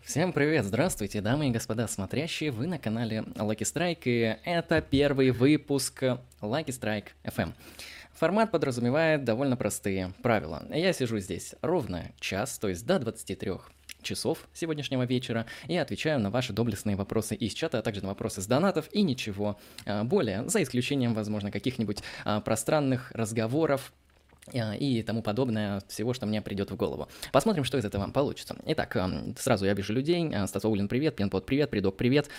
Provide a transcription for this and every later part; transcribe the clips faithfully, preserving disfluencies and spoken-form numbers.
Всем привет, здравствуйте, дамы и господа смотрящие, вы на канале Lucky Strike, и это первый выпуск Lucky Strike эф эм. Формат подразумевает довольно простые правила. Я сижу здесь ровно час, то есть до двадцати трёх часов сегодняшнего вечера, и отвечаю на ваши доблестные вопросы из чата, а также на вопросы с донатов, и ничего а, более, за исключением, возможно, каких-нибудь а, пространных разговоров и тому подобное, всего, что мне придет в голову. Посмотрим, что из этого получится. Итак, сразу я вижу людей. Стасоулин, привет, Пенпот, привет, Придок, привет.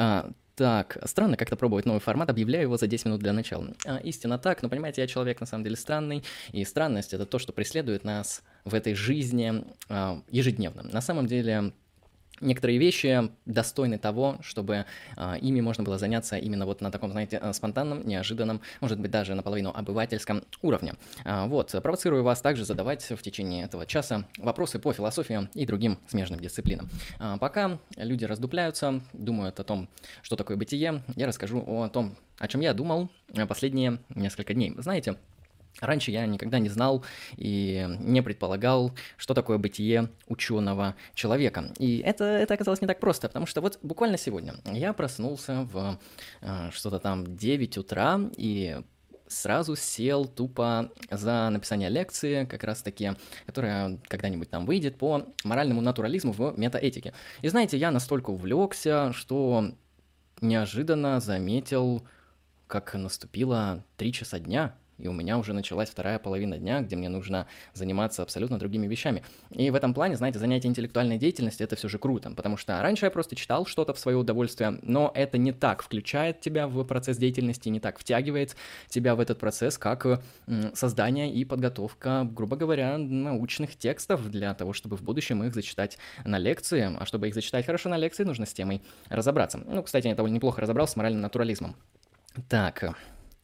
Так, странно как-то пробовать новый формат, объявляю его за десять минут для начала. Истинно так, но понимаете, я человек на самом деле странный, и странность — это то, что преследует нас в этой жизни ежедневно. На самом деле... Некоторые вещи достойны того, чтобы э, ими можно было заняться именно вот на таком, знаете, спонтанном, неожиданном, может быть, даже наполовину обывательском уровне. А, вот, провоцирую вас также задавать в течение этого часа вопросы по философии и другим смежным дисциплинам. А, пока люди раздупляются, думают о том, что такое бытие, я расскажу о том, о чем я думал последние несколько дней. Знаете, раньше я никогда не знал и не предполагал, что такое бытие ученого человека. И это, это оказалось не так просто, потому что вот буквально сегодня я проснулся в э, что-то там девять утра и сразу сел тупо за написание лекции, как раз-таки, которая когда-нибудь там выйдет, по моральному натурализму в метаэтике. И знаете, я настолько увлекся, что неожиданно заметил, как наступило три часа дня, и у меня уже началась вторая половина дня, где мне нужно заниматься абсолютно другими вещами. И в этом плане, знаете, занятие интеллектуальной деятельностью — это все же круто, потому что раньше я просто читал что-то в свое удовольствие, но это не так включает тебя в процесс деятельности, не так втягивает тебя в этот процесс, как создание и подготовка, грубо говоря, научных текстов для того, чтобы в будущем их зачитать на лекции. А чтобы их зачитать хорошо на лекции, нужно с темой разобраться. Ну, кстати, я довольно неплохо разобрался с моральным натурализмом. Так...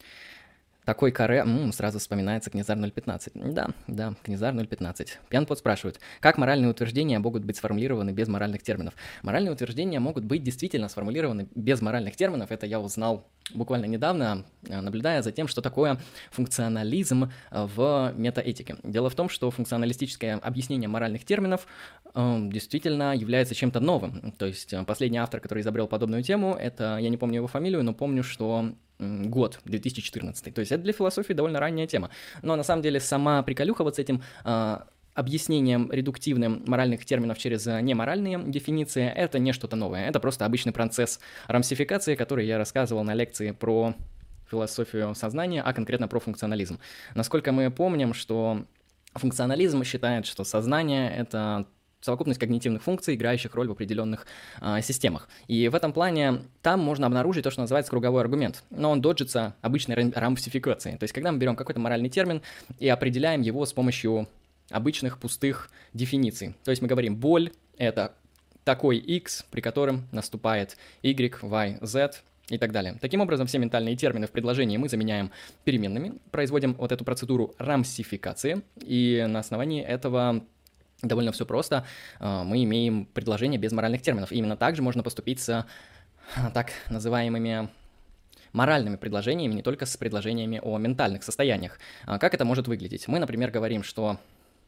Такой каре, м-м, сразу вспоминается Князар ноль пятнадцать. Да, да, Князар ноль пятнадцать. Пьянпот спрашивает, как моральные утверждения могут быть сформулированы без моральных терминов? Моральные утверждения могут быть действительно сформулированы без моральных терминов. Это я узнал буквально недавно, наблюдая за тем, что такое функционализм в метаэтике. Дело в том, что функционалистическое объяснение моральных терминов э, действительно является чем-то новым. То есть последний автор, который изобрел подобную тему, это, я не помню его фамилию, но помню, что год, две тысячи четырнадцатый. То есть это для философии довольно ранняя тема. Но на самом деле сама приколюха вот с этим э, объяснением редуктивным моральных терминов через неморальные дефиниции — это не что-то новое. Это просто обычный процесс рамсификации, который я рассказывал на лекции про философию сознания, а конкретно про функционализм. Насколько мы помним, что функционализм считает, что сознание — это совокупность когнитивных функций, играющих роль в определенных э, системах. И в этом плане там можно обнаружить то, что называется круговой аргумент. Но он доджится обычной рамсификацией. То есть когда мы берем какой-то моральный термин и определяем его с помощью обычных пустых дефиниций. То есть мы говорим, боль — это такой x, при котором наступает y, y, z и так далее. Таким образом, все ментальные термины в предложении мы заменяем переменными, производим вот эту процедуру рамсификации, и на основании этого довольно все просто. Мы имеем предложение без моральных терминов. И именно так же можно поступить с так называемыми моральными предложениями, не только с предложениями о ментальных состояниях. Как это может выглядеть? Мы, например, говорим, что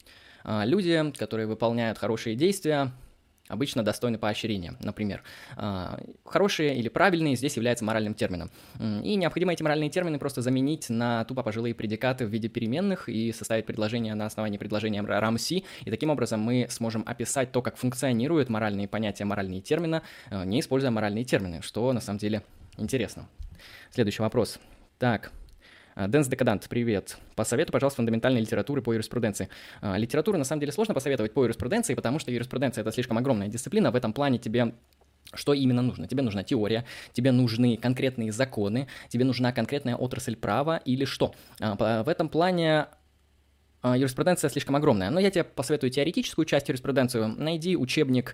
люди, которые выполняют хорошие действия, обычно достойны поощрения, например. Хорошие или правильные здесь является моральным термином. И необходимо эти моральные термины просто заменить на тупо пожилые предикаты в виде переменных и составить предложение на основании предложения рамси. И таким образом мы сможем описать то, как функционируют моральные понятия, моральные термины, не используя моральные термины, что на самом деле интересно. Следующий вопрос. Так... Дэнс Декадант, привет. Посоветуй, пожалуйста, фундаментальной литературы по юриспруденции. Литературу, на самом деле, сложно посоветовать по юриспруденции, потому что юриспруденция — это слишком огромная дисциплина. В этом плане тебе что именно нужно? Тебе нужна теория, тебе нужны конкретные законы, тебе нужна конкретная отрасль права или что? В этом плане юриспруденция слишком огромная. Но я тебе посоветую теоретическую часть юриспруденцию. Найди учебник...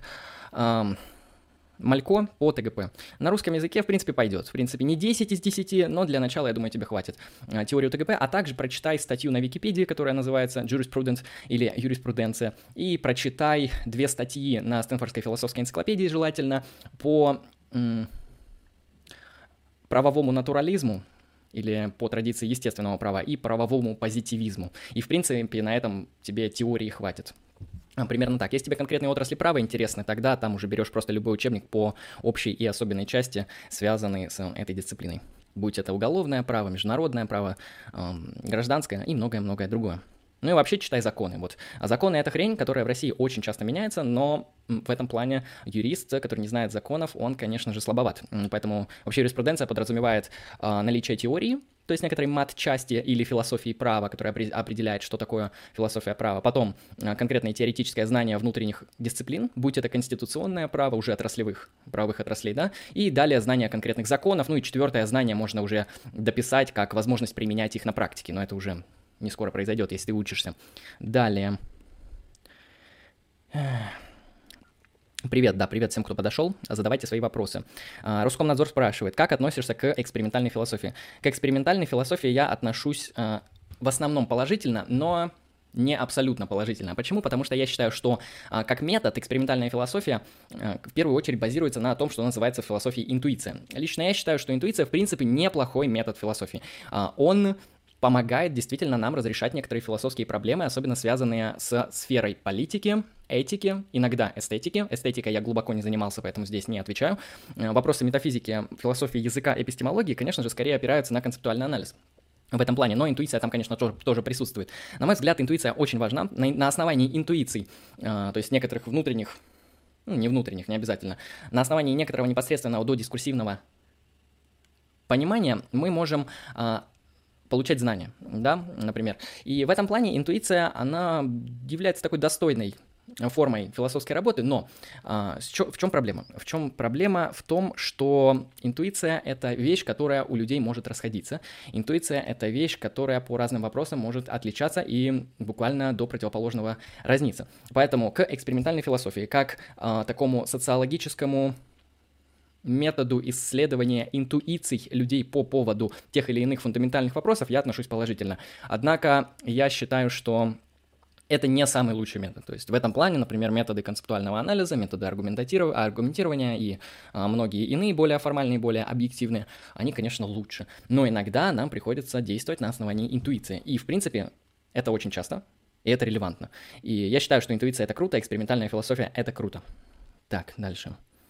Малько по ТГП. На русском языке, в принципе, пойдет. В принципе, не десять из десяти, но для начала, я думаю, тебе хватит теорию ТГП, а также прочитай статью на Википедии, которая называется Jurisprudence или юриспруденция, и прочитай две статьи на Стэнфордской философской энциклопедии, желательно, по м- правовому натурализму, или по традиции естественного права, и правовому позитивизму. И, в принципе, на этом тебе теории хватит. Примерно так. Если тебе конкретные отрасли права интересны, тогда там уже берешь просто любой учебник по общей и особенной части, связанной с этой дисциплиной. Будь это уголовное право, международное право, гражданское и многое-многое другое. Ну и вообще читай законы. Вот. А законы — это хрень, которая в России очень часто меняется, но в этом плане юрист, который не знает законов, он, конечно же, слабоват. Поэтому вообще юриспруденция подразумевает а, наличие теории, то есть некоторой мат-части или философии права, которая определяет, что такое философия права. Потом а, конкретное теоретическое знание внутренних дисциплин, будь это конституционное право, уже отраслевых, правовых отраслей, да, и далее знание конкретных законов, ну и четвертое знание можно уже дописать как возможность применять их на практике, но это уже не скоро произойдет, если ты учишься. Далее. Привет, да, привет всем, кто подошел. Задавайте свои вопросы. Роскомнадзор спрашивает, как относишься к экспериментальной философии? К экспериментальной философии я отношусь в основном положительно, но не абсолютно положительно. Почему? Потому что я считаю, что как метод экспериментальная философия в первую очередь базируется на том, что называется в философии интуиция. Лично я считаю, что интуиция в принципе неплохой метод философии. Он помогает действительно нам разрешать некоторые философские проблемы, особенно связанные с сферой политики, этики, иногда эстетики. Эстетикой я глубоко не занимался, поэтому здесь не отвечаю. Вопросы метафизики, философии языка, эпистемологии, конечно же, скорее опираются на концептуальный анализ. В этом плане, но интуиция там, конечно, тоже, тоже присутствует. На мой взгляд, интуиция очень важна. На, на основании интуиций, э, то есть некоторых внутренних, ну, не внутренних, не обязательно, на основании некоторого непосредственного додискурсивного понимания мы можем э, получать знания, да, например. И в этом плане интуиция, она является такой достойной формой философской работы, но а, чё, в чем проблема? В чем проблема? В том, что интуиция — это вещь, которая у людей может расходиться. Интуиция — это вещь, которая по разным вопросам может отличаться и буквально до противоположного разниться. Поэтому к экспериментальной философии, как а, такому социологическому методу исследования интуиций людей по поводу тех или иных фундаментальных вопросов, я отношусь положительно. Однако я считаю, что это не самый лучший метод. То есть в этом плане, например, методы концептуального анализа, методы аргументирования и а, многие иные более формальные, более объективные, они, конечно, лучше. Но иногда нам приходится действовать на основании интуиции. И, в принципе, это очень часто, и это релевантно. И я считаю, что интуиция — это круто, экспериментальная философия — это круто. Так, дальше.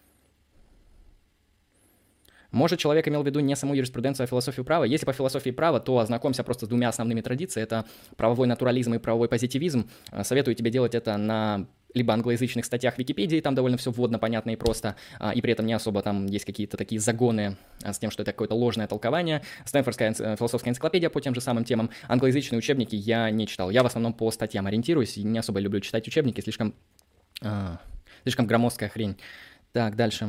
Может, человек имел в виду не саму юриспруденцию, а философию права? Если по философии права, то ознакомься просто с двумя основными традициями. Это правовой натурализм и правовой позитивизм. Советую тебе делать это на либо англоязычных статьях Википедии, там довольно все вводно, понятно и просто, и при этом не особо там есть какие-то такие загоны с тем, что это какое-то ложное толкование. Стэнфордская философская энциклопедия по тем же самым темам. Англоязычные учебники я не читал. Я в основном по статьям ориентируюсь и не особо люблю читать учебники, слишком, а, слишком громоздкая хрень. Так, дальше.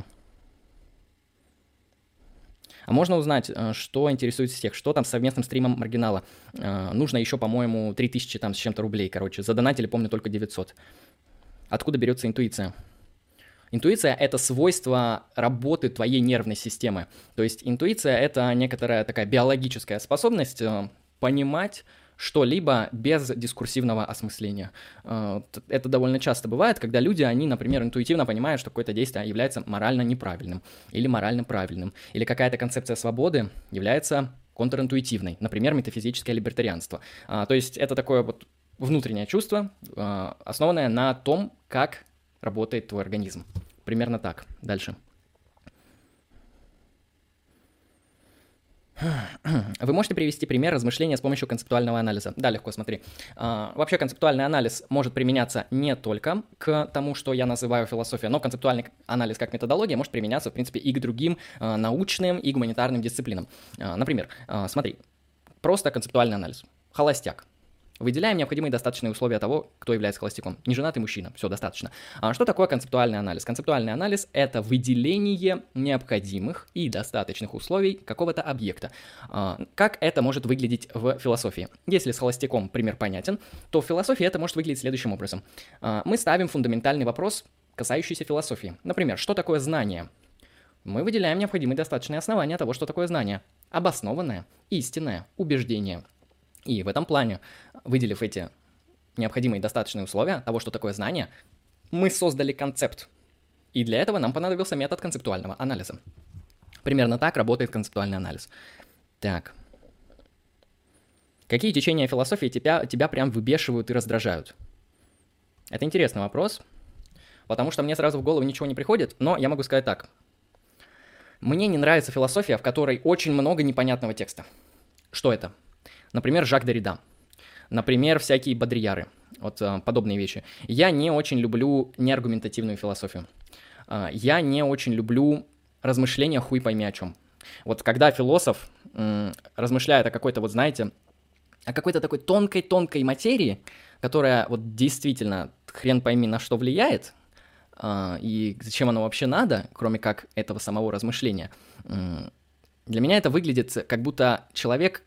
А можно узнать, что интересует всех, что там с совместным стримом Маргинала? Нужно еще, по-моему, три тысячи там с чем-то рублей, короче. Задонатили, помню, только девятьсот. Откуда берется интуиция? Интуиция — это свойство работы твоей нервной системы. То есть интуиция — это некоторая такая биологическая способность понимать что-либо без дискурсивного осмысления. Это довольно часто бывает, когда люди, они, например, интуитивно понимают, что какое-то действие является морально неправильным или морально правильным, или какая-то концепция свободы является контринтуитивной, например, метафизическое либертарианство. То есть это такое вот внутреннее чувство, основанное на том, как работает твой организм. Примерно так. Дальше. Вы можете привести пример размышления с помощью концептуального анализа? Да, легко, смотри. А, вообще концептуальный анализ может применяться не только к тому, что я называю философией, но концептуальный анализ как методология может применяться, в принципе, и к другим а, научным и гуманитарным дисциплинам. А, например, а, смотри, просто концептуальный анализ. Холостяк. Выделяем необходимые достаточные условия того, кто является холостяком. Неженатый мужчина. Все, достаточно. А что такое концептуальный анализ? Концептуальный анализ — это выделение необходимых и достаточных условий какого-то объекта. А, как это может выглядеть в философии? Если с холостяком пример понятен, то в философии это может выглядеть следующим образом. А, мы ставим фундаментальный вопрос, касающийся философии. Например, что такое знание? Мы выделяем необходимые достаточные основания того, что такое знание. Обоснованное, истинное, убеждение. И в этом плане, выделив эти необходимые достаточные условия того, что такое знание, мы создали концепт. И для этого нам понадобился метод концептуального анализа. Примерно так работает концептуальный анализ. Так. Какие течения философии тебя, тебя прям выбешивают и раздражают? Это интересный вопрос, потому что мне сразу в голову ничего не приходит, но я могу сказать так. Мне не нравится философия, в которой очень много непонятного текста. Что это? Например, Жак Деррида. Например, всякие Бодрьяры. Вот э, подобные вещи. Я не очень люблю неаргументативную философию. Э, я не очень люблю размышления хуй пойми о чем. Вот когда философ м, размышляет о какой-то, вот знаете, о какой-то такой тонкой-тонкой материи, которая вот действительно хрен пойми на что влияет, э, и зачем оно вообще надо, кроме как этого самого размышления, м, для меня это выглядит, как будто человек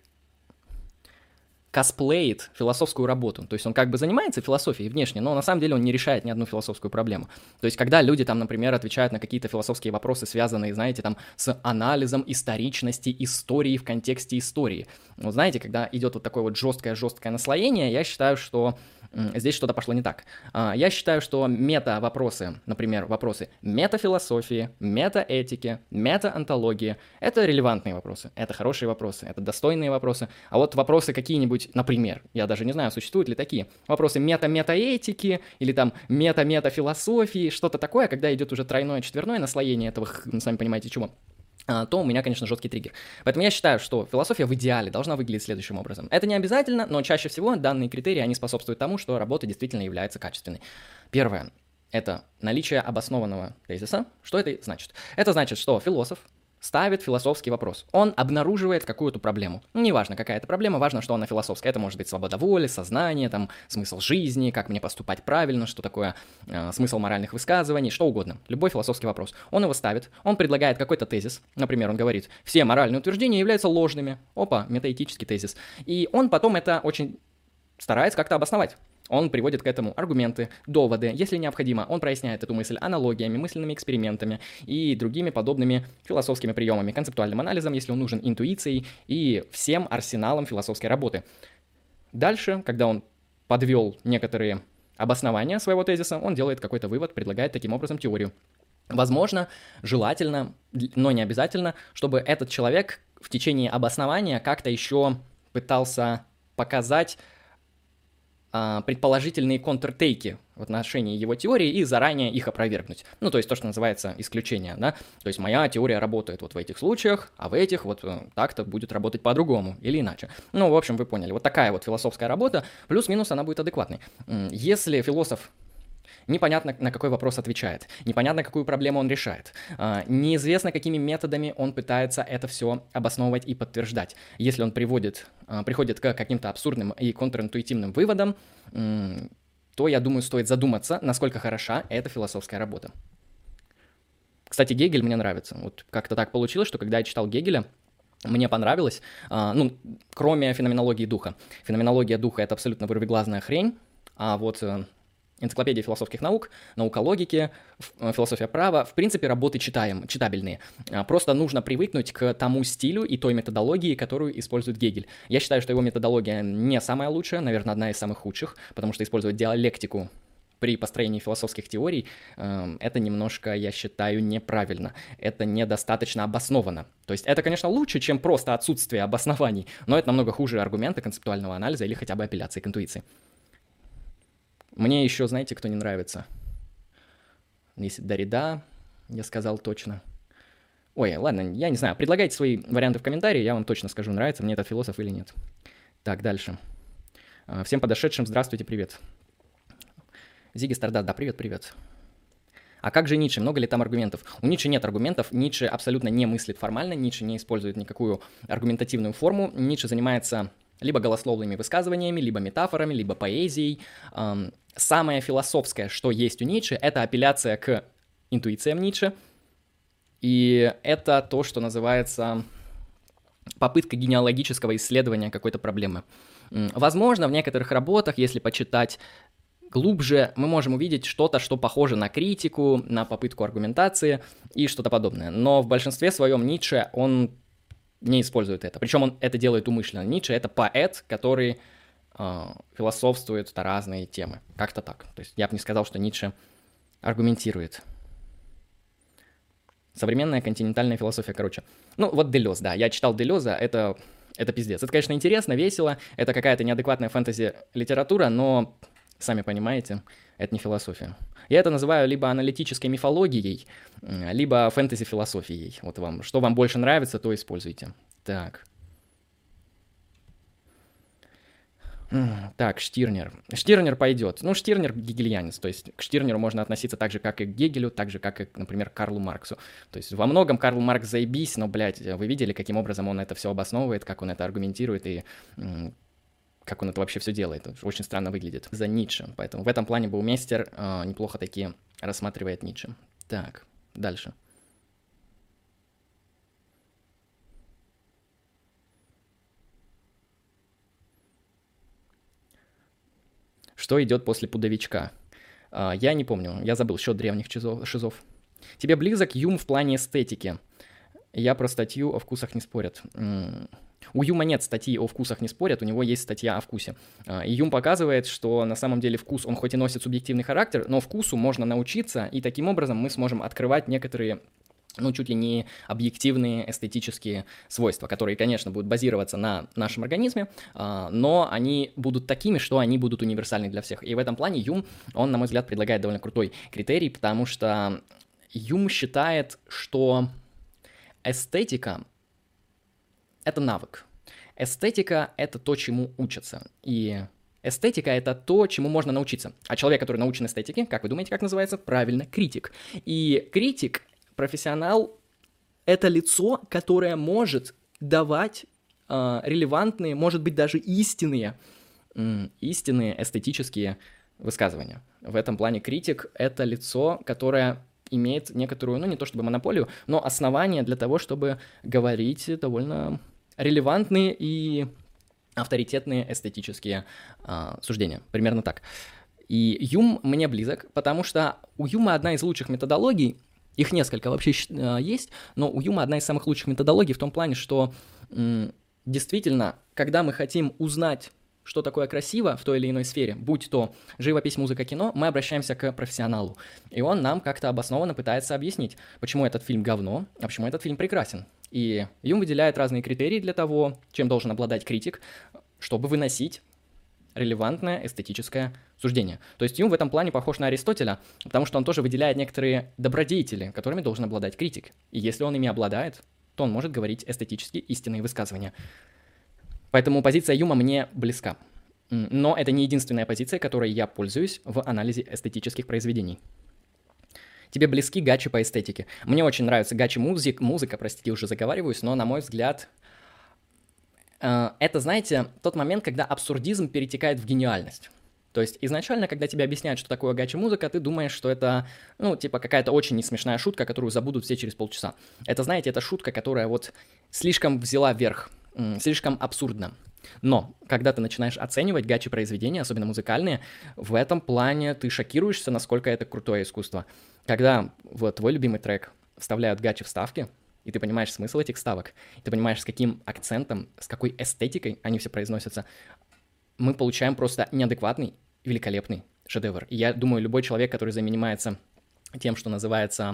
косплеит философскую работу. То есть он как бы занимается философией внешне, но на самом деле он не решает ни одну философскую проблему. То есть когда люди там, например, отвечают на какие-то философские вопросы, связанные, знаете, там с анализом историчности истории в контексте истории. Вот знаете, когда идет вот такое вот жесткое-жесткое наслоение, я считаю, что здесь что-то пошло не так. Я считаю, что мета-вопросы, например, вопросы метафилософии, метаэтики, метаонтологии — это релевантные вопросы, это хорошие вопросы, это достойные вопросы. А вот вопросы какие-нибудь, например, я даже не знаю, существуют ли такие, вопросы мета-метаэтики или там мета-метафилософии, что-то такое, когда идет уже тройное, четверное наслоение этого, сами понимаете, чего, то у меня, конечно, жесткий триггер. Поэтому я считаю, что философия в идеале должна выглядеть следующим образом. Это не обязательно, но чаще всего данные критерии, они способствуют тому, что работа действительно является качественной. Первое – это наличие обоснованного тезиса. Что это значит? Это значит, что философ ставит философский вопрос. Он обнаруживает какую-то проблему. Неважно, какая это проблема, важно, что она философская. Это может быть свобода воли, сознание, там, смысл жизни, как мне поступать правильно, что такое э, смысл моральных высказываний, что угодно. Любой философский вопрос. Он его ставит, он предлагает какой-то тезис. Например, он говорит, все моральные утверждения являются ложными. Опа, метаэтический тезис. И он потом это очень старается как-то обосновать. Он приводит к этому аргументы, доводы, если необходимо, он проясняет эту мысль аналогиями, мысленными экспериментами и другими подобными философскими приемами, концептуальным анализом, если он нужен, интуицией и всем арсеналом философской работы. Дальше, когда он подвел некоторые обоснования своего тезиса, он делает какой-то вывод, предлагает таким образом теорию. Возможно, желательно, но не обязательно, чтобы этот человек в течение обоснования как-то еще пытался показать предположительные контртейки в отношении его теории и заранее их опровергнуть. Ну, то есть то, что называется исключение, да? То есть моя теория работает вот в этих случаях, а в этих вот так-то будет работать по-другому или иначе. Ну, в общем, вы поняли. Вот такая вот философская работа, плюс-минус она будет адекватной. Если философ непонятно, на какой вопрос отвечает, непонятно, какую проблему он решает, неизвестно, какими методами он пытается это все обосновывать и подтверждать. Если он приводит, приходит к каким-то абсурдным и контринтуитивным выводам, то, я думаю, стоит задуматься, насколько хороша эта философская работа. Кстати, Гегель мне нравится. Вот как-то так получилось, что когда я читал Гегеля, мне понравилось, ну, кроме феноменологии духа. Феноменология духа — это абсолютно вырвиглазная хрень, а вот энциклопедия философских наук, наука логики, философия права, в принципе, работы читаем, читабельные. Просто нужно привыкнуть к тому стилю и той методологии, которую использует Гегель. Я считаю, что его методология не самая лучшая, наверное, одна из самых худших, потому что использовать диалектику при построении философских теорий, это немножко, я считаю, неправильно. Это недостаточно обосновано. То есть это, конечно, лучше, чем просто отсутствие обоснований, но это намного хуже аргумента концептуального анализа или хотя бы апелляции к интуиции. Мне еще, знаете, кто не нравится? Если Деррида, я сказал точно. Ой, ладно, я не знаю. Предлагайте свои варианты в комментарии, я вам точно скажу, нравится мне этот философ или нет. Так, дальше. Всем подошедшим здравствуйте, привет. Зиги Стардат, да, привет, привет. А как же Ницше? Много ли там аргументов? У Ницше нет аргументов, Ницше абсолютно не мыслит формально, Ницше не использует никакую аргументативную форму, Ницше занимается либо голословными высказываниями, либо метафорами, либо поэзией. Самое философское, что есть у Ницше, это апелляция к интуициям Ницше, и это то, что называется попытка генеалогического исследования какой-то проблемы. Возможно, в некоторых работах, если почитать глубже, мы можем увидеть что-то, что похоже на критику, на попытку аргументации и что-то подобное. Но в большинстве своем Ницше, он не использует это. Причем он это делает умышленно. Ницше — это поэт, который э, философствует на разные темы. Как-то так. То есть я бы не сказал, что Ницше аргументирует. Современная континентальная философия, короче. Ну, вот Делез, да. Я читал Делеза, это, это пиздец. Это, конечно, интересно, весело. Это какая-то неадекватная фэнтези-литература, но, сами понимаете, Это не философия. Я это называю либо аналитической мифологией, либо фэнтези-философией. Вот вам, что вам больше нравится, то используйте. Так. Так, Штирнер. Штирнер пойдет. Ну, Штирнер гегельянец, то есть к Штирнеру можно относиться так же, как и к Гегелю, так же, как и, например, к Карлу Марксу. То есть во многом Карл Маркс заебись, но, блядь, вы видели, каким образом он это все обосновывает, как он это аргументирует и м, как он это вообще все делает. Это очень странно выглядит. За Ницше. Поэтому в этом плане Баумейстер э, неплохо таки рассматривает Ницше. Так, дальше. Что идет после пудовичка? А, я не помню, я забыл счет древних чизов, шизов. Тебе близок Юм в плане эстетики. Я про статью о вкусах не спорят. М-м. У Юма нет статьи о вкусах не спорят, у него есть статья о вкусе. А, и Юм показывает, что на самом деле вкус, он хоть и носит субъективный характер, но вкусу можно научиться, и таким образом мы сможем открывать некоторые, ну, чуть ли не объективные эстетические свойства, которые, конечно, будут базироваться на нашем организме, но они будут такими, что они будут универсальны для всех. И в этом плане Юм, он, на мой взгляд, предлагает довольно крутой критерий, потому что Юм считает, что эстетика — это навык. Эстетика — это то, чему учатся. И эстетика — это то, чему можно научиться. А человек, который научен эстетике, как вы думаете, как называется? Правильно, критик. И критик, профессионал — это лицо, которое может давать э, релевантные, может быть, даже истинные, э, истинные эстетические высказывания. В этом плане критик — это лицо, которое имеет некоторую, ну, не то чтобы монополию, но основания для того, чтобы говорить довольно релевантные и авторитетные эстетические э, суждения. Примерно так. И Юм мне близок, потому что у Юма одна из лучших методологий. Их несколько вообще есть, но у Юма одна из самых лучших методологий в том плане, что м, действительно, когда мы хотим узнать, что такое красиво в той или иной сфере, будь то живопись, музыка, кино, мы обращаемся к профессионалу. И он нам как-то обоснованно пытается объяснить, почему этот фильм говно, а почему этот фильм прекрасен. И Юм выделяет разные критерии для того, чем должен обладать критик, чтобы выносить релевантное эстетическое суждение. То есть Юм в этом плане похож на Аристотеля, потому что он тоже выделяет некоторые добродетели, которыми должен обладать критик. И если он ими обладает, то он может говорить эстетически истинные высказывания. Поэтому позиция Юма мне близка. Но это не единственная позиция, которой я пользуюсь в анализе эстетических произведений. Тебе близки гачи по эстетике. Мне очень нравится гачи-музыка, музыка, простите, уже заговариваюсь, но, на мой взгляд, это, знаете, тот момент, когда абсурдизм перетекает в гениальность. То есть изначально, когда тебе объясняют, что такое гачи-музыка, ты думаешь, что это, ну, типа какая-то очень несмешная шутка, которую забудут все через полчаса. Это, знаете, это шутка, которая вот слишком взяла верх, слишком абсурдно. Но когда ты начинаешь оценивать гачи-произведения, особенно музыкальные, в этом плане ты шокируешься, насколько это крутое искусство. Когда в твой любимый трек вставляют гачи-вставки, и ты понимаешь смысл этих вставок, и ты понимаешь, с каким акцентом, с какой эстетикой они все произносятся, мы получаем просто неадекватный, великолепный шедевр. И я думаю, любой человек, который занимается тем, что называется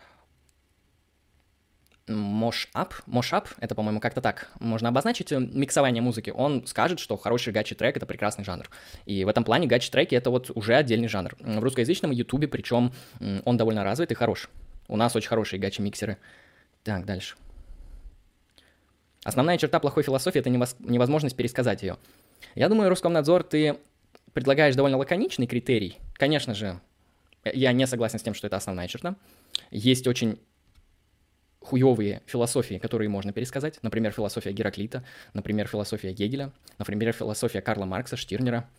мош-ап, мош-ап, это, по-моему, как-то так можно обозначить миксование музыки, он скажет, что хороший гачи-трек — это прекрасный жанр. И в этом плане гачи-треки — это вот уже отдельный жанр. В русскоязычном ютубе, причем он довольно развит и хорош. У нас очень хорошие гачи-миксеры. Так, дальше. Основная черта плохой философии — это невозможность пересказать ее. Я думаю, Роскомнадзор, ты предлагаешь довольно лаконичный критерий. Конечно же, я не согласен с тем, что это основная черта. Есть очень хуёвые философии, которые можно пересказать. Например, философия Гераклита, например, философия Гегеля, например, философия Карла Маркса, Штирнера.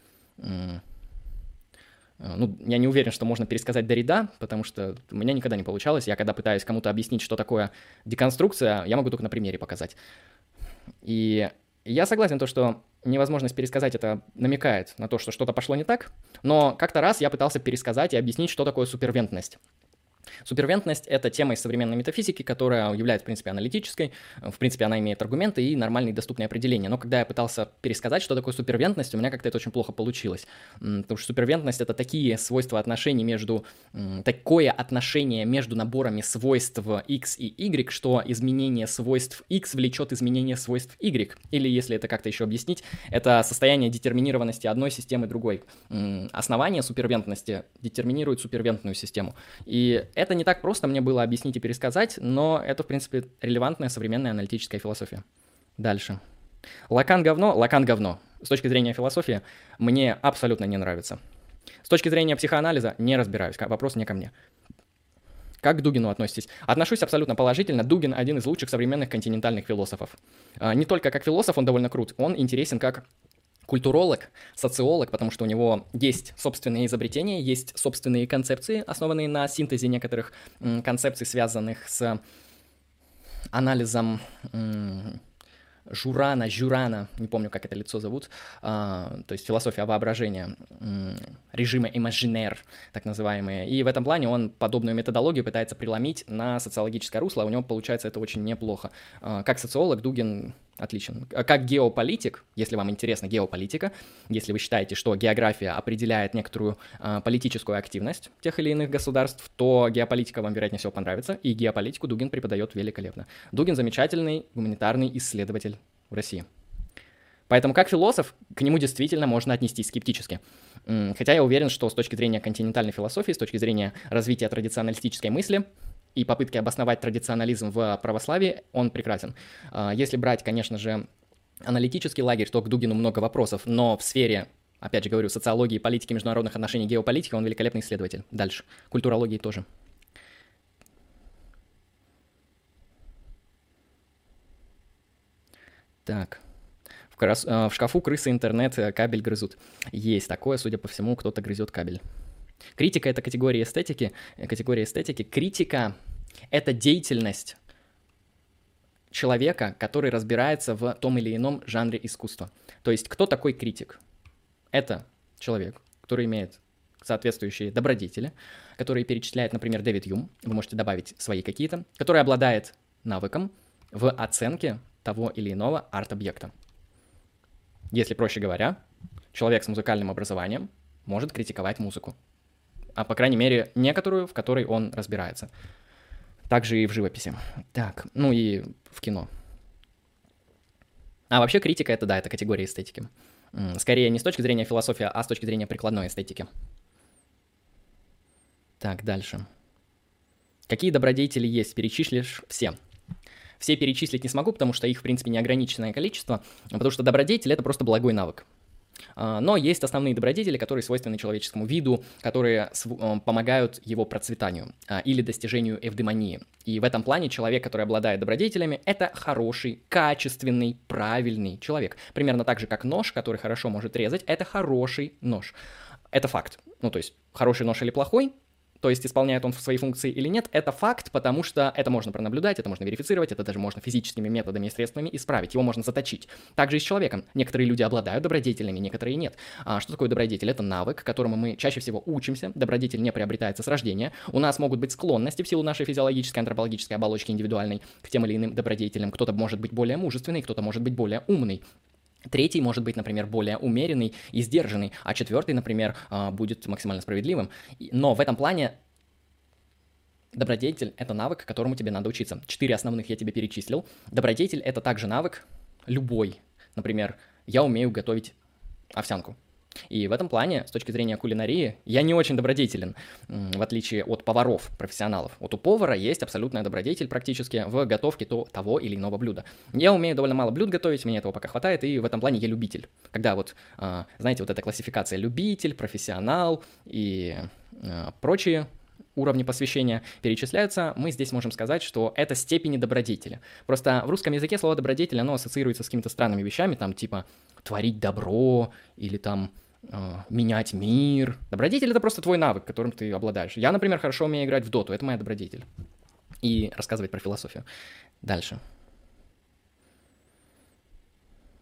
Ну, я не уверен, что можно пересказать Derrida, потому что у меня никогда не получалось. Я когда пытаюсь кому-то объяснить, что такое деконструкция, я могу только на примере показать. И я согласен, то, что невозможность пересказать это намекает на то, что что-то пошло не так, но как-то раз я пытался пересказать и объяснить, что такое супервентность. Супервентность — это тема из современной метафизики, которая является, в принципе, аналитической. В принципе, она имеет аргументы и нормальные доступные определения. Но когда я пытался пересказать, что такое супервентность, у меня как-то это очень плохо получилось. Потому что супервентность — это такие свойства отношений между... Такое отношение между наборами свойств x и y, что изменение свойств x влечет изменение свойств y. Или, если это как-то еще объяснить, это состояние детерминированности одной системы другой. Основание супервентности детерминирует супервентную систему. И это не так просто мне было объяснить и пересказать, но это, в принципе, релевантная современная аналитическая философия. Дальше. Лакан говно, Лакан говно. С точки зрения философии мне абсолютно не нравится. С точки зрения психоанализа не разбираюсь, вопрос не ко мне. Как к Дугину относитесь? Отношусь абсолютно положительно. Дугин один из лучших современных континентальных философов. Не только как философ он довольно крут, он интересен как культуролог, социолог, потому что у него есть собственные изобретения, есть собственные концепции, основанные на синтезе некоторых м, концепций, связанных с анализом м, Журана, Журана, не помню, как это лицо зовут, а, то есть философия воображения, м, режима имажинер, так называемые. И в этом плане он подобную методологию пытается преломить на социологическое русло, а у него получается это очень неплохо. А, как социолог Дугин отличен. Как геополитик, если вам интересна геополитика, если вы считаете, что география определяет некоторую а, политическую активность тех или иных государств, то геополитика вам, вероятнее всего, понравится, и геополитику Дугин преподает великолепно. Дугин замечательный гуманитарный исследователь в России. Поэтому как философ к нему действительно можно отнестись скептически. Хотя я уверен, что с точки зрения континентальной философии, с точки зрения развития традиционалистической мысли и попытки обосновать традиционализм в православии, он прекрасен. Если брать, конечно же, аналитический лагерь, то к Дугину много вопросов, но в сфере, опять же говорю, социологии, политики, международных отношений, геополитики он великолепный исследователь. Дальше. Культурологии тоже. Так. В, крас... в шкафу крысы интернет кабель грызут. Есть такое, судя по всему, кто-то грызет кабель. Критика — это категория эстетики. Категория эстетики. Критика — это деятельность человека, который разбирается в том или ином жанре искусства. То есть кто такой критик? Это человек, который имеет соответствующие добродетели, которые перечисляет, например, Дэвид Юм, вы можете добавить свои какие-то, который обладает навыком в оценке того или иного арт-объекта. Если проще говоря, человек с музыкальным образованием может критиковать музыку. А по крайней мере, некоторую, в которой он разбирается. Также и в живописи. Так, ну и в кино. А вообще критика — это, да, это категория эстетики. Скорее не с точки зрения философии, а с точки зрения прикладной эстетики. Так, дальше. Какие добродетели есть? Перечислишь все. Все перечислить не смогу, потому что их, в принципе, неограниченное количество, потому что добродетель — это просто благой навык. Но есть основные добродетели, которые свойственны человеческому виду, которые помогают его процветанию или достижению эвдемонии. И в этом плане человек, который обладает добродетелями, это хороший, качественный, правильный человек. Примерно так же, как нож, который хорошо может резать, это хороший нож. Это факт. Ну, то есть, хороший нож или плохой, то есть исполняет он свои функции или нет, это факт, потому что это можно пронаблюдать, это можно верифицировать, это даже можно физическими методами и средствами исправить, его можно заточить. Также и с человеком. Некоторые люди обладают добродетелями, некоторые нет. А что такое добродетель? Это навык, которому мы чаще всего учимся. Добродетель не приобретается с рождения. У нас могут быть склонности в силу нашей физиологической, антропологической оболочки индивидуальной к тем или иным добродетелям. Кто-то может быть более мужественный, кто-то может быть более умный. Третий может быть, например, более умеренный и сдержанный, а четвертый, например, будет максимально справедливым. Но в этом плане добродетель — это навык, которому тебе надо учиться. Четыре основных я тебе перечислил. Добродетель — это также навык любой. Например, я умею готовить овсянку. И в этом плане, с точки зрения кулинарии, я не очень добродетелен, в отличие от поваров, профессионалов. Вот у повара есть абсолютная добродетель практически в готовке то, того или иного блюда. Я умею довольно мало блюд готовить, мне этого пока хватает, и в этом плане я любитель. Когда вот, знаете, вот эта классификация любитель, профессионал и прочие уровни посвящения перечисляются, мы здесь можем сказать, что это степени добродетели. Просто в русском языке слово добродетель, оно ассоциируется с какими-то странными вещами, там типа творить добро или там э, менять мир. Добродетель — это просто твой навык, которым ты обладаешь. Я, например, хорошо умею играть в доту, это моя добродетель. И рассказывать про философию. Дальше.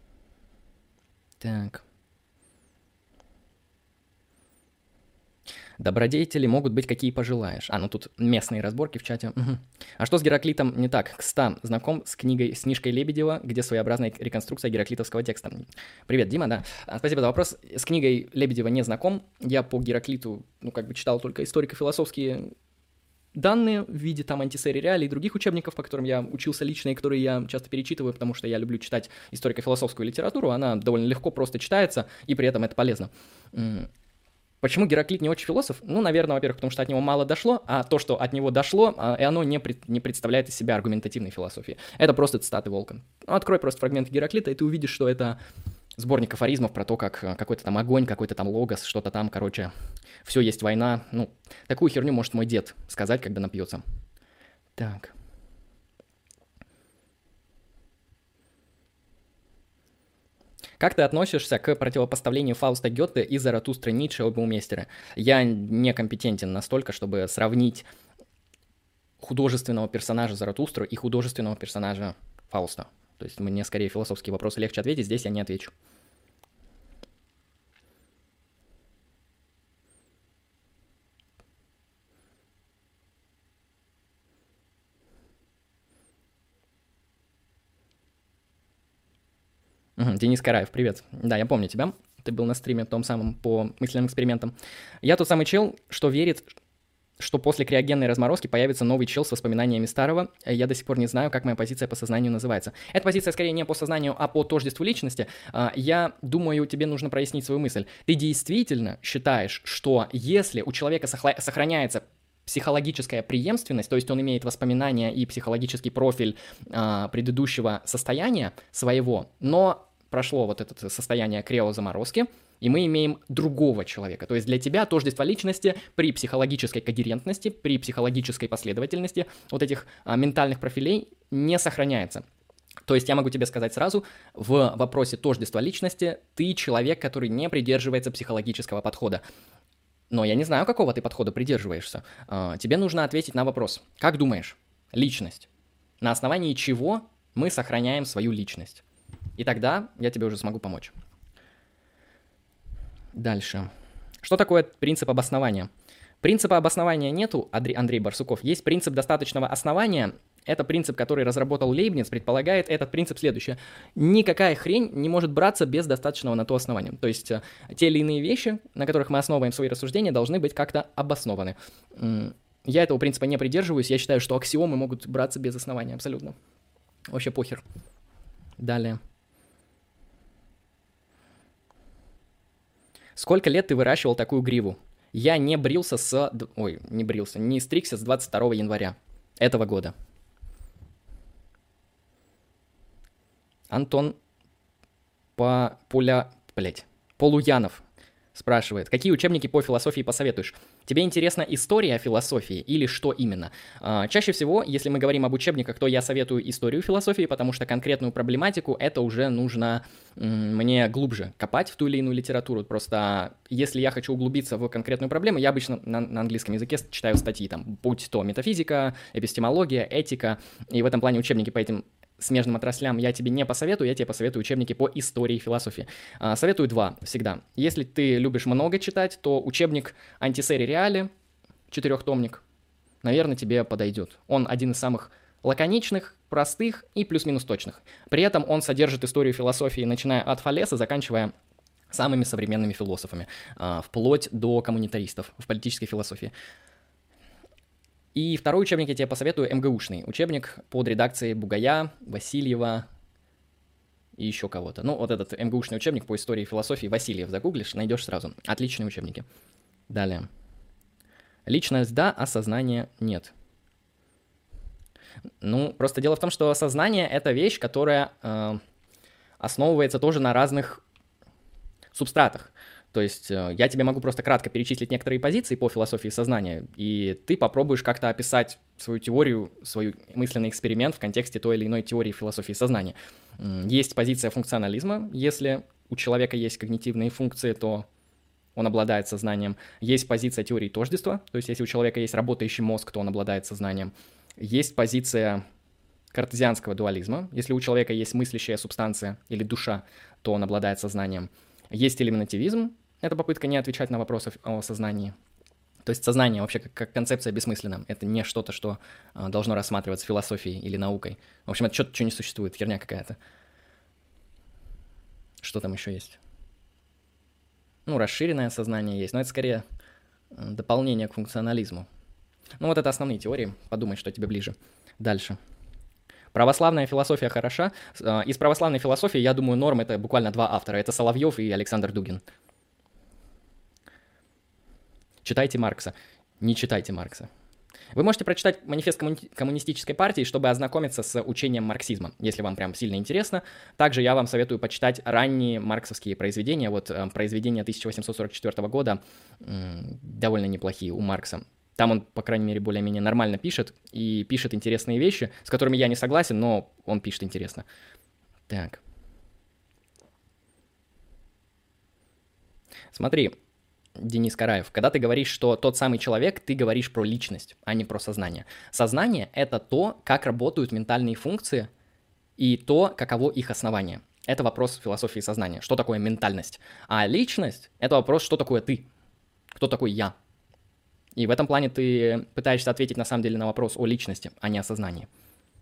Так. Добродетели могут быть какие пожелаешь. А, ну тут местные разборки в чате. Угу. А что с Гераклитом не так? Кста, знаком с книгой, с книжкой Лебедева, где своеобразная реконструкция гераклитовского текста. Привет, Дима, да. А, спасибо за вопрос. С книгой Лебедева не знаком. Я по Гераклиту, ну, как бы читал только историко-философские данные в виде там антисерии реалий и других учебников, по которым я учился лично и которые я часто перечитываю, потому что я люблю читать историко-философскую литературу. Она довольно легко просто читается, и при этом это полезно. Почему Гераклит не очень философ? Ну, наверное, во-первых, потому что от него мало дошло, а то, что от него дошло, и оно не, пред, не представляет из себя аргументативной философии. Это просто цитаты Волка. Открой просто фрагменты Гераклита, и ты увидишь, что это сборник афоризмов про то, как какой-то там огонь, какой-то там логос, что-то там, короче, все есть война. Ну, такую херню может мой дед сказать, когда напьется. Так. Как ты относишься к противопоставлению Фауста Гёте и Заратустры Ницше об Баумейстере? Я не компетентен настолько, чтобы сравнить художественного персонажа Заратустру и художественного персонажа Фауста. То есть мне скорее философские вопросы легче ответить, здесь я не отвечу. Угу, Денис Караев, привет. Да, я помню тебя. Ты был на стриме том самом по мысленным экспериментам. Я тот самый чел, что верит, что после криогенной разморозки появится новый чел с воспоминаниями старого. Я до сих пор не знаю, как моя позиция по сознанию называется. Эта позиция скорее не по сознанию, а по тождеству личности. Я думаю, тебе нужно прояснить свою мысль. Ты действительно считаешь, что если у человека сохраняется психологическая преемственность, то есть он имеет воспоминания и психологический профиль предыдущего состояния своего, но прошло вот это состояние криозаморозки, и мы имеем другого человека. То есть для тебя тождество личности при психологической когерентности, при психологической последовательности вот этих а, ментальных профилей не сохраняется. То есть я могу тебе сказать сразу, в вопросе тождества личности ты человек, который не придерживается психологического подхода. Но я не знаю, какого ты подхода придерживаешься. А, тебе нужно ответить на вопрос. Как думаешь, личность? На основании чего мы сохраняем свою личность? И тогда я тебе уже смогу помочь. Дальше. Что такое принцип обоснования? Принципа обоснования нету, Андрей Барсуков. Есть принцип достаточного основания. Это принцип, который разработал Лейбниц, предполагает этот принцип следующее. Никакая хрень не может браться без достаточного на то основания. То есть те или иные вещи, на которых мы основываем свои рассуждения, должны быть как-то обоснованы. Я этого принципа не придерживаюсь. Я считаю, что аксиомы могут браться без основания абсолютно. Вообще похер. Далее. Сколько лет ты выращивал такую гриву? Я не брился с... Ой, не брился, не стригся с двадцать второго января этого года. Антон по... Поля... Блять. Полуянов спрашивает, какие учебники по философии посоветуешь? Тебе интересна история философии или что именно? А, чаще всего, если мы говорим об учебниках, то я советую историю философии, потому что конкретную проблематику это уже нужно м- мне глубже копать в ту или иную литературу. Просто если я хочу углубиться в конкретную проблему, я обычно на, на английском языке читаю статьи, там, будь то метафизика, эпистемология, этика, и в этом плане учебники по этим смежным отраслям я тебе не посоветую, я тебе посоветую учебники по истории философии. А, советую два всегда. Если ты любишь много читать, то учебник «Антисери Реали», четырехтомник, наверное, тебе подойдет. Он один из самых лаконичных, простых и плюс-минус точных. При этом он содержит историю философии, начиная от Фалеса, заканчивая самыми современными философами, а, вплоть до коммунитаристов в политической философии. И второй учебник я тебе посоветую, МГУшный. Учебник под редакцией Бугая, Васильева и еще кого-то. Ну, вот этот МГУшный учебник по истории и философии Васильев загуглишь, найдешь сразу. Отличные учебники. Далее. Личность да, а сознание нет. Ну, просто дело в том, что сознание — это вещь, которая э, основывается тоже на разных субстратах. То есть я тебе могу просто кратко перечислить некоторые позиции по философии сознания, и ты попробуешь как-то описать свою теорию, свой мысленный эксперимент в контексте той или иной теории философии сознания. Есть позиция функционализма. Если у человека есть когнитивные функции, то он обладает сознанием. Есть позиция теории тождества, то есть если у человека есть работающий мозг, то он обладает сознанием. Есть позиция картезианского дуализма. Если у человека есть мыслящая субстанция или душа, то он обладает сознанием. Есть элиминативизм, это попытка не отвечать на вопросы о сознании. То есть сознание вообще как, как концепция бессмысленна. Это не что-то, что а, должно рассматриваться философией или наукой. В общем, это что-то, что не существует, херня какая-то. Что там еще есть? Ну, расширенное сознание есть, но это скорее дополнение к функционализму. Ну, вот это основные теории. Подумай, что тебе ближе. Дальше. Православная философия хороша. Из православной философии, я думаю, норм — это буквально два автора. Это Соловьев и Александр Дугин. Читайте Маркса. Не читайте Маркса. Вы можете прочитать манифест коммуни- коммунистической партии, чтобы ознакомиться с учением марксизма, если вам прям сильно интересно. Также я вам советую почитать ранние марксовские произведения. Вот э, произведения тысяча восемьсот сорок четвёртого года э, довольно неплохие у Маркса. Там он, по крайней мере, более-менее нормально пишет и пишет интересные вещи, с которыми я не согласен, но он пишет интересно. Так. Смотри, Денис Караев, когда ты говоришь, что тот самый человек, ты говоришь про личность, а не про сознание. Сознание — это то, как работают ментальные функции и то, каково их основание. Это вопрос философии сознания. Что такое ментальность? А личность — это вопрос, что такое ты? Кто такой я? И в этом плане ты пытаешься ответить на самом деле на вопрос о личности, а не о сознании.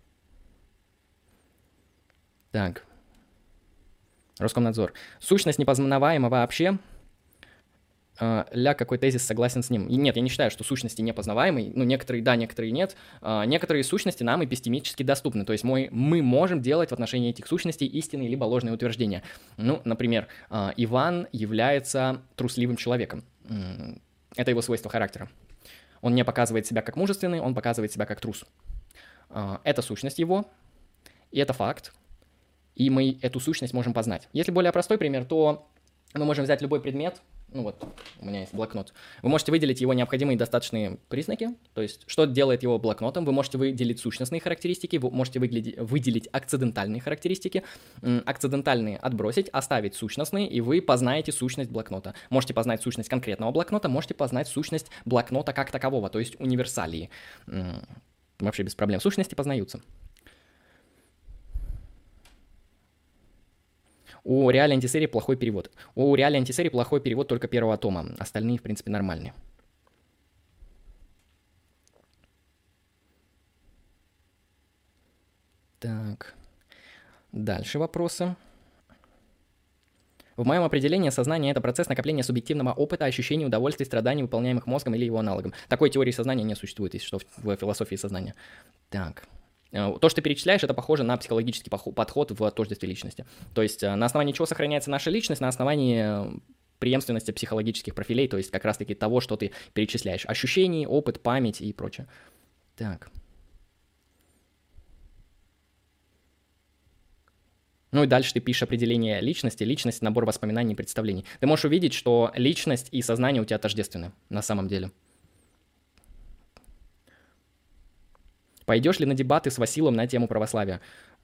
Так. Роскомнадзор. Сущность непознаваема вообще. Ля, какой тезис, согласен с ним. И нет, я не считаю, что сущности непознаваемы. Ну, некоторые да, некоторые нет. Некоторые сущности нам эпистемически доступны. То есть мы, мы можем делать в отношении этих сущностей истинные либо ложные утверждения. Ну, например, Иван является трусливым человеком. Это его свойство характера. Он не показывает себя как мужественный, он показывает себя как трус. Это сущность его, и это факт. И мы эту сущность можем познать. Если более простой пример, то мы можем взять любой предмет. Ну вот, у меня есть блокнот. Вы можете выделить его необходимые достаточные признаки, то есть что делает его блокнотом. Вы можете выделить сущностные характеристики, вы можете выделить акцидентальные характеристики, акцидентальные отбросить, оставить сущностные, и вы познаете сущность блокнота. Можете познать сущность конкретного блокнота, можете познать сущность блокнота как такового, то есть универсалии. Вообще без проблем. Сущности познаются. У Реали Антисерии плохой перевод. У Реали Антисерии плохой перевод только первого тома. Остальные, в принципе, нормальные. Так. Дальше вопросы. В моем определении сознание — это процесс накопления субъективного опыта, ощущений, удовольствий, страданий, выполняемых мозгом или его аналогом. Такой теории сознания не существует, если что, в философии сознания. Так. То, что ты перечисляешь, это похоже на психологический подход в тождестве личности. То есть на основании чего сохраняется наша личность? На основании преемственности психологических профилей, то есть как раз-таки того, что ты перечисляешь. Ощущений, опыт, память и прочее. Так. Ну и дальше ты пишешь определение личности. Личность — набор воспоминаний и представлений. Ты можешь увидеть, что личность и сознание у тебя тождественны на самом деле. Пойдешь ли на дебаты с Василом на тему православия?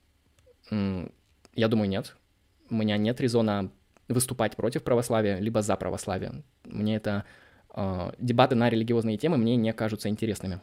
Я думаю, нет. У меня нет резона выступать против православия, либо за православие. Мне это... Э, дебаты на религиозные темы мне не кажутся интересными.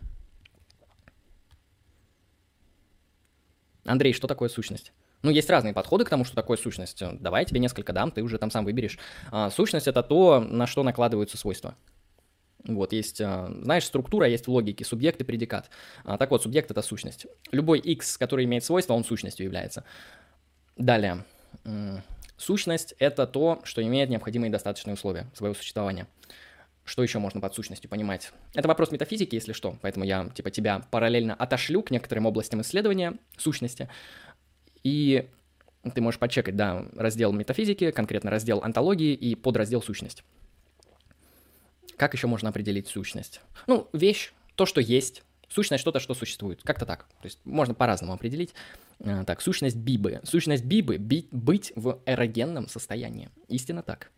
Андрей, что такое сущность? Ну, есть разные подходы к тому, что такое сущность. Давай я тебе несколько дам, ты уже там сам выберешь. А, сущность — это то, на что накладываются свойства. Вот, есть, знаешь, структура, есть в логике субъект и предикат. Так вот, субъект — это сущность. Любой x, который имеет свойство, он сущностью является. Далее. Сущность — это то, что имеет необходимые достаточные условия своего существования. Что еще можно под сущностью понимать? Это вопрос метафизики, если что, поэтому я типа тебя параллельно отошлю к некоторым областям исследования сущности, и ты можешь почекать, да, раздел метафизики, конкретно раздел онтологии и подраздел сущность. Как еще можно определить сущность? Ну, вещь, то, что есть. Сущность — что-то, что существует. Как-то так. То есть можно по-разному определить. Так, сущность бибы. Сущность бибы — быть в эрогенном состоянии. Истинно так.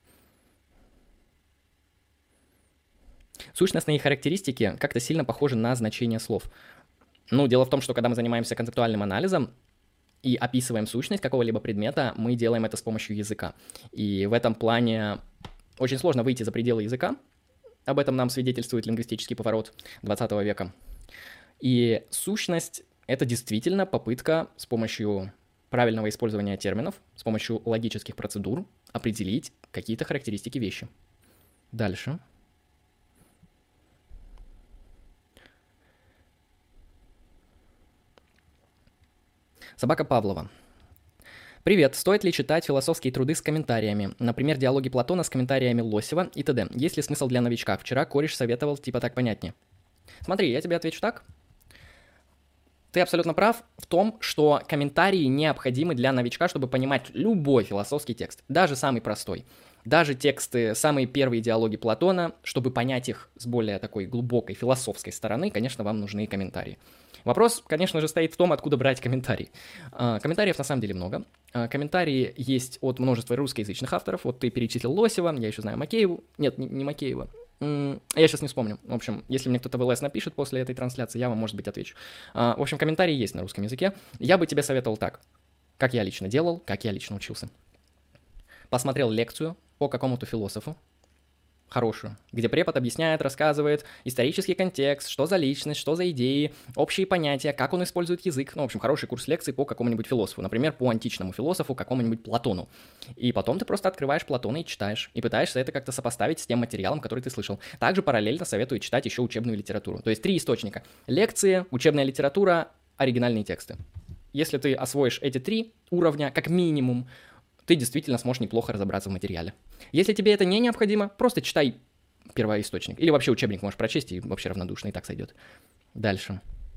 Сущностные характеристики как-то сильно похожи на значение слов. Ну, дело в том, что когда мы занимаемся концептуальным анализом и описываем сущность какого-либо предмета, мы делаем это с помощью языка. И в этом плане очень сложно выйти за пределы языка. Об этом нам свидетельствует лингвистический поворот двадцатого века. И сущность — это действительно попытка с помощью правильного использования терминов, с помощью логических процедур определить какие-то характеристики вещи. Дальше. Собака Павлова. Привет, стоит ли читать философские труды с комментариями? Например, диалоги Платона с комментариями Лосева и т.д. Есть ли смысл для новичка? Вчера кореш советовал, типа так понятнее. Смотри, я тебе отвечу так. Ты абсолютно прав в том, что комментарии необходимы для новичка, чтобы понимать любой философский текст, даже самый простой. Даже тексты, самые первые диалоги Платона, чтобы понять их с более такой глубокой философской стороны, конечно, вам нужны комментарии. Вопрос, конечно же, стоит в том, откуда брать комментарии. Комментариев на самом деле много. Комментарии есть от множества русскоязычных авторов. Вот ты перечислил Лосева, я еще знаю Макееву. Нет, не Макеева. Я сейчас не вспомню. В общем, если мне кто-то в ЛС напишет после этой трансляции, я вам, может быть, отвечу. В общем, комментарии есть на русском языке. Я бы тебе советовал так, как я лично делал, как я лично учился. Посмотрел лекцию по какому-то философу, хорошую, где препод объясняет, рассказывает исторический контекст, что за личность, что за идеи, общие понятия, как он использует язык. Ну, в общем, хороший курс лекций по какому-нибудь философу, например, по античному философу, какому-нибудь Платону. И потом ты просто открываешь Платона и читаешь, и пытаешься это как-то сопоставить с тем материалом, который ты слышал. Также параллельно советую читать еще учебную литературу. То есть три источника: лекции, учебная литература, оригинальные тексты. Если ты освоишь эти три уровня, как минимум, ты действительно сможешь неплохо разобраться в материале. Если тебе это не необходимо, просто читай первоисточник. Или вообще учебник можешь прочесть, и вообще равнодушно, и так сойдет. Дальше.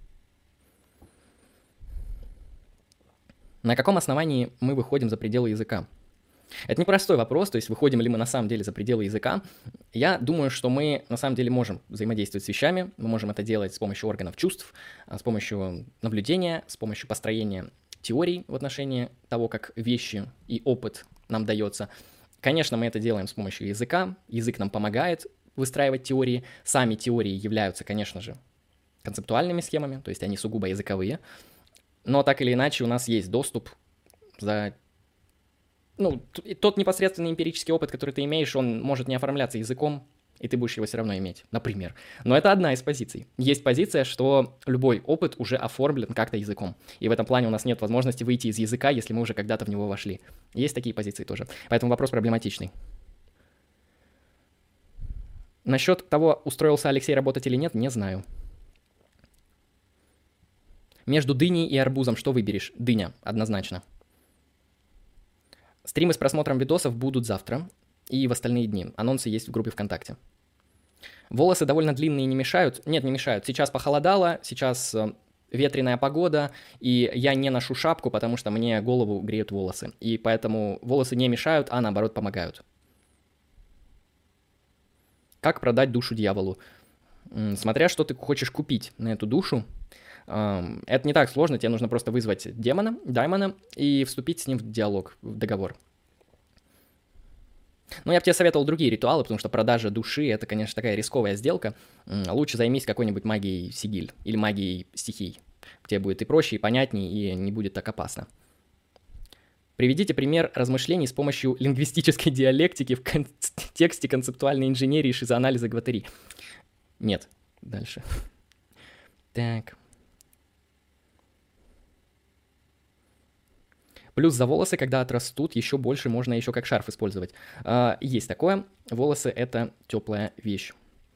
На каком основании мы выходим за пределы языка? Это непростой вопрос, то есть выходим ли мы на самом деле за пределы языка. Я думаю, что мы на самом деле можем взаимодействовать с вещами, мы можем это делать с помощью органов чувств, с помощью наблюдения, с помощью построения теорий в отношении того, как вещи и опыт нам дается. Конечно, мы это делаем с помощью языка. Язык нам помогает выстраивать теории. Сами теории являются, конечно же, концептуальными схемами, то есть они сугубо языковые. Но так или иначе у нас есть доступ за... Ну, тот непосредственный эмпирический опыт, который ты имеешь, он может не оформляться языком, и ты будешь его все равно иметь, например. Но это одна из позиций. Есть позиция, что любой опыт уже оформлен как-то языком. И в этом плане у нас нет возможности выйти из языка, если мы уже когда-то в него вошли. Есть такие позиции тоже. Поэтому вопрос проблематичный. Насчет того, устроился Алексей работать или нет, не знаю. Между дыней и арбузом что выберешь? Дыня, однозначно. Стримы с просмотром видосов будут завтра и в остальные дни. Анонсы есть в группе ВКонтакте. Волосы довольно длинные, не мешают? Нет, не мешают. Сейчас похолодало, сейчас ветреная погода, и я не ношу шапку, потому что мне голову греют волосы. И поэтому волосы не мешают, а наоборот помогают. Как продать душу дьяволу? Смотря что ты хочешь купить на эту душу. Это не так сложно, тебе нужно просто вызвать демона, даймона, и вступить с ним в диалог, в договор. Но я бы тебе советовал другие ритуалы, потому что продажа души — это, конечно, такая рисковая сделка. Лучше займись какой-нибудь магией сигиль или магией стихий, где будет и проще, и понятнее, и не будет так опасно. Приведите пример размышлений с помощью лингвистической диалектики в контексте концептуальной инженерии, шизоанализа, гватери. Нет. Дальше. Так. Плюс за волосы, когда отрастут, еще больше можно еще как шарф использовать. А, есть такое. Волосы — это теплая вещь.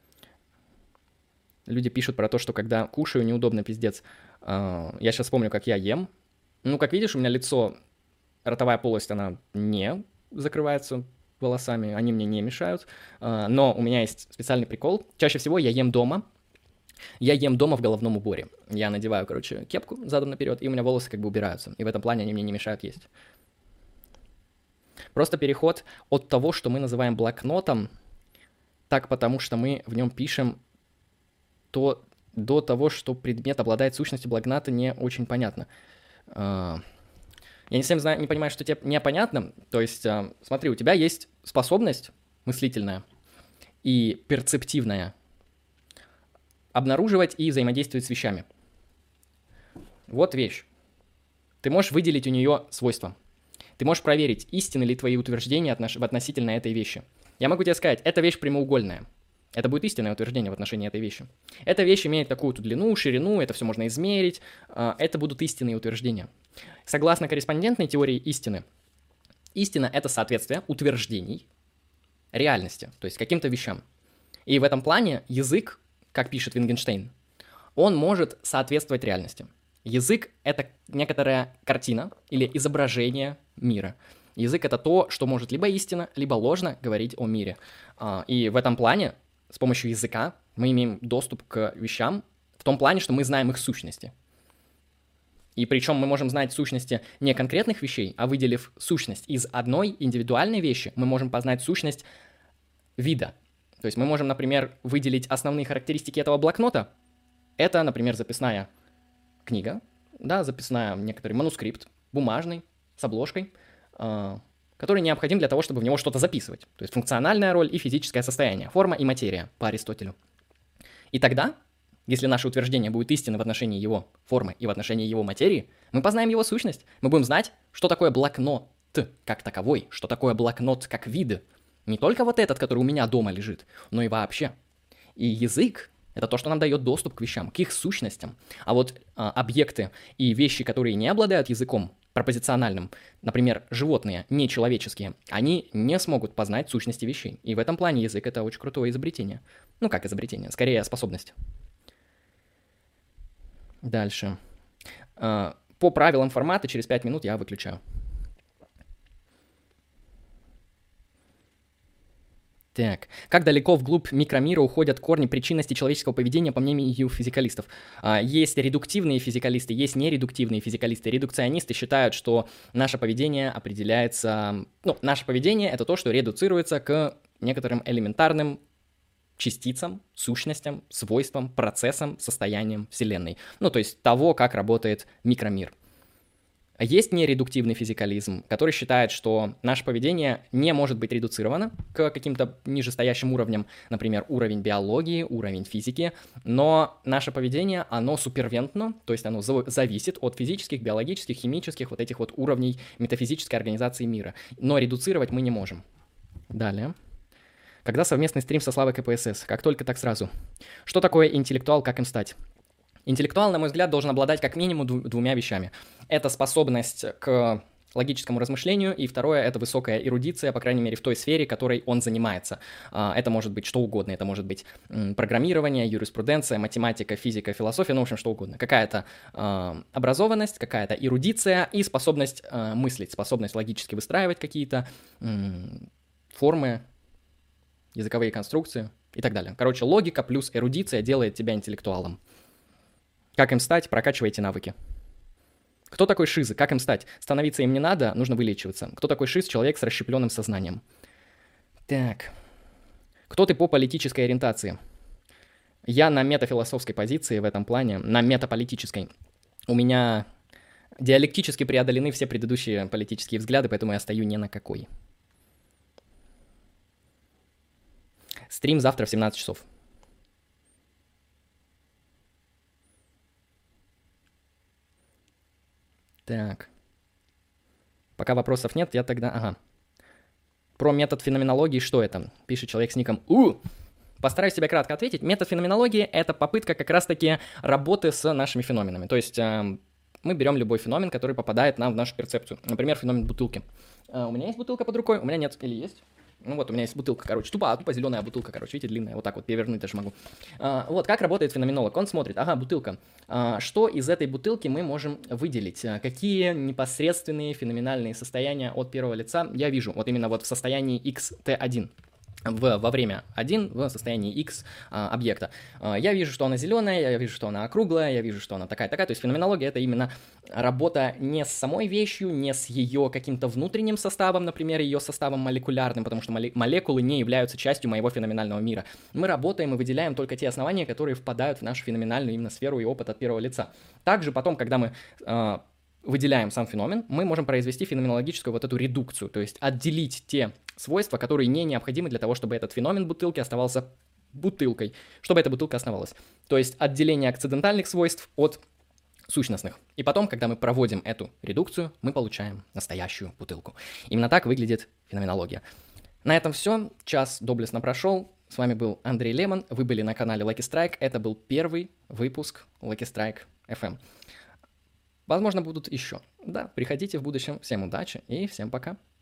Люди пишут про то, что когда кушаю, неудобно, пиздец. А, я сейчас вспомню, как я ем. Ну, как видишь, у меня лицо, ротовая полость, она не закрывается волосами, они мне не мешают. А, но у меня есть специальный прикол. Чаще всего я ем дома. Я ем дома в головном уборе. Я надеваю, короче, кепку задом наперед, и у меня волосы как бы убираются. И в этом плане они мне не мешают есть. Просто переход от того, что мы называем блокнотом, так потому что мы в нем пишем, то до того, что предмет обладает сущностью блокнота, не очень понятно. Я не совсем знаю, не понимаю, что тебе непонятно. То есть, смотри, у тебя есть способность мыслительная и перцептивная обнаруживать и взаимодействовать с вещами. Вот вещь. Ты можешь выделить у нее свойства. Ты можешь проверить, истинны ли твои утверждения отнош... относительно этой вещи. Я могу тебе сказать, эта вещь прямоугольная. Это будет истинное утверждение в отношении этой вещи. Эта вещь имеет такую-то длину, ширину, это все можно измерить. Это будут истинные утверждения. Согласно корреспондентной теории истины, истина — это соответствие утверждений реальности, то есть каким-то вещам. И в этом плане язык, как пишет Wittgenstein, он может соответствовать реальности. Язык — это некоторая картина или изображение мира. Язык — это то, что может либо истинно, либо ложно говорить о мире. И в этом плане с помощью языка мы имеем доступ к вещам в том плане, что мы знаем их сущности. И причем мы можем знать сущности не конкретных вещей, а выделив сущность из одной индивидуальной вещи, мы можем познать сущность вида. То есть мы можем, например, выделить основные характеристики этого блокнота. Это, например, записная книга, да, записная некоторый манускрипт, бумажный, с обложкой, э, который необходим для того, чтобы в него что-то записывать. То есть функциональная роль и физическое состояние, форма и материя по Аристотелю. И тогда, если наше утверждение будет истинно в отношении его формы и в отношении его материи, мы познаем его сущность. Мы будем знать, что такое блокнот как таковой, что такое блокнот как вид. Не только вот этот, который у меня дома лежит, но и вообще. И язык — это то, что нам дает доступ к вещам, к их сущностям. А вот а, объекты и вещи, которые не обладают языком пропозициональным, например, животные, нечеловеческие, они не смогут познать сущности вещей. И в этом плане язык — это очень крутое изобретение. Ну, как изобретение, скорее способность. Дальше. А, по правилам формата через пять минут я выключаю. Так, как далеко вглубь микромира уходят корни причинности человеческого поведения, по мнению физикалистов? А, есть редуктивные физикалисты, есть нередуктивные физикалисты. Редукционисты считают, что наше поведение определяется... Ну, наше поведение — это то, что редуцируется к некоторым элементарным частицам, сущностям, свойствам, процессам, состояниям Вселенной. Ну, то есть того, как работает микромир. Есть нередуктивный физикализм, который считает, что наше поведение не может быть редуцировано к каким-то нижестоящим уровням, например, уровень биологии, уровень физики, но наше поведение, оно супервентно, то есть оно зависит от физических, биологических, химических вот этих вот уровней метафизической организации мира, но редуцировать мы не можем. Далее. Когда совместный стрим со Славой КПСС? Как только, так сразу. Что такое интеллектуал, как им стать? Интеллектуал, на мой взгляд, должен обладать как минимум двумя вещами. Это способность к логическому размышлению, и второе — это высокая эрудиция, по крайней мере, в той сфере, которой он занимается. Это может быть что угодно, это может быть программирование, юриспруденция, математика, физика, философия, ну, в общем, что угодно. Какая-то образованность, какая-то эрудиция и способность мыслить, способность логически выстраивать какие-то формы, языковые конструкции и так далее. Короче, логика плюс эрудиция делает тебя интеллектуалом. Как им стать? Прокачивайте навыки. Кто такой шизы? Как им стать? Становиться им не надо, нужно вылечиваться. Кто такой шиз? Человек с расщепленным сознанием. Так. Кто ты по политической ориентации? Я на метафилософской позиции в этом плане, на метаполитической. У меня диалектически преодолены все предыдущие политические взгляды, поэтому я стою ни на какой. Стрим завтра в семнадцать часов. Так. Пока вопросов нет, я тогда... Ага. Про метод феноменологии, что это? Пишет человек с ником У. Постараюсь тебе кратко ответить. Метод феноменологии — это попытка как раз-таки работы с нашими феноменами. То есть э, мы берем любой феномен, который попадает нам в нашу перцепцию. Например, феномен бутылки. Э, у меня есть бутылка под рукой, у меня нет. Или есть? Ну вот, у меня есть бутылка, короче, тупо, тупо зеленая бутылка, короче, видите, длинная, вот так вот перевернуть даже могу. А, вот, как работает феноменолог? Он смотрит, ага, бутылка. А, что из этой бутылки мы можем выделить? А, какие непосредственные феноменальные состояния от первого лица я вижу? Вот именно вот в состоянии икс тэ один. В, во время один в состоянии x а, объекта. А, я вижу, что она зеленая, я вижу, что она округлая, я вижу, что она такая-такая. То есть феноменология — это именно работа не с самой вещью, не с ее каким-то внутренним составом, например, ее составом молекулярным, потому что моле- молекулы не являются частью моего феноменального мира. Мы работаем и выделяем только те основания, которые впадают в нашу феноменальную именно сферу и опыт от первого лица. Также потом, когда мы... А, выделяем сам феномен, мы можем произвести феноменологическую вот эту редукцию, то есть отделить те свойства, которые не необходимы для того, чтобы этот феномен бутылки оставался бутылкой, чтобы эта бутылка оставалась. То есть отделение акцидентальных свойств от сущностных. И потом, когда мы проводим эту редукцию, мы получаем настоящую бутылку. Именно так выглядит феноменология. На этом все. Час доблестно прошел. С вами был Андрей Лемон. Вы были на канале Lucky Strike. Это был первый выпуск Lucky Strike эф эм. Возможно, будут еще. Да, приходите в будущем. Всем удачи и всем пока.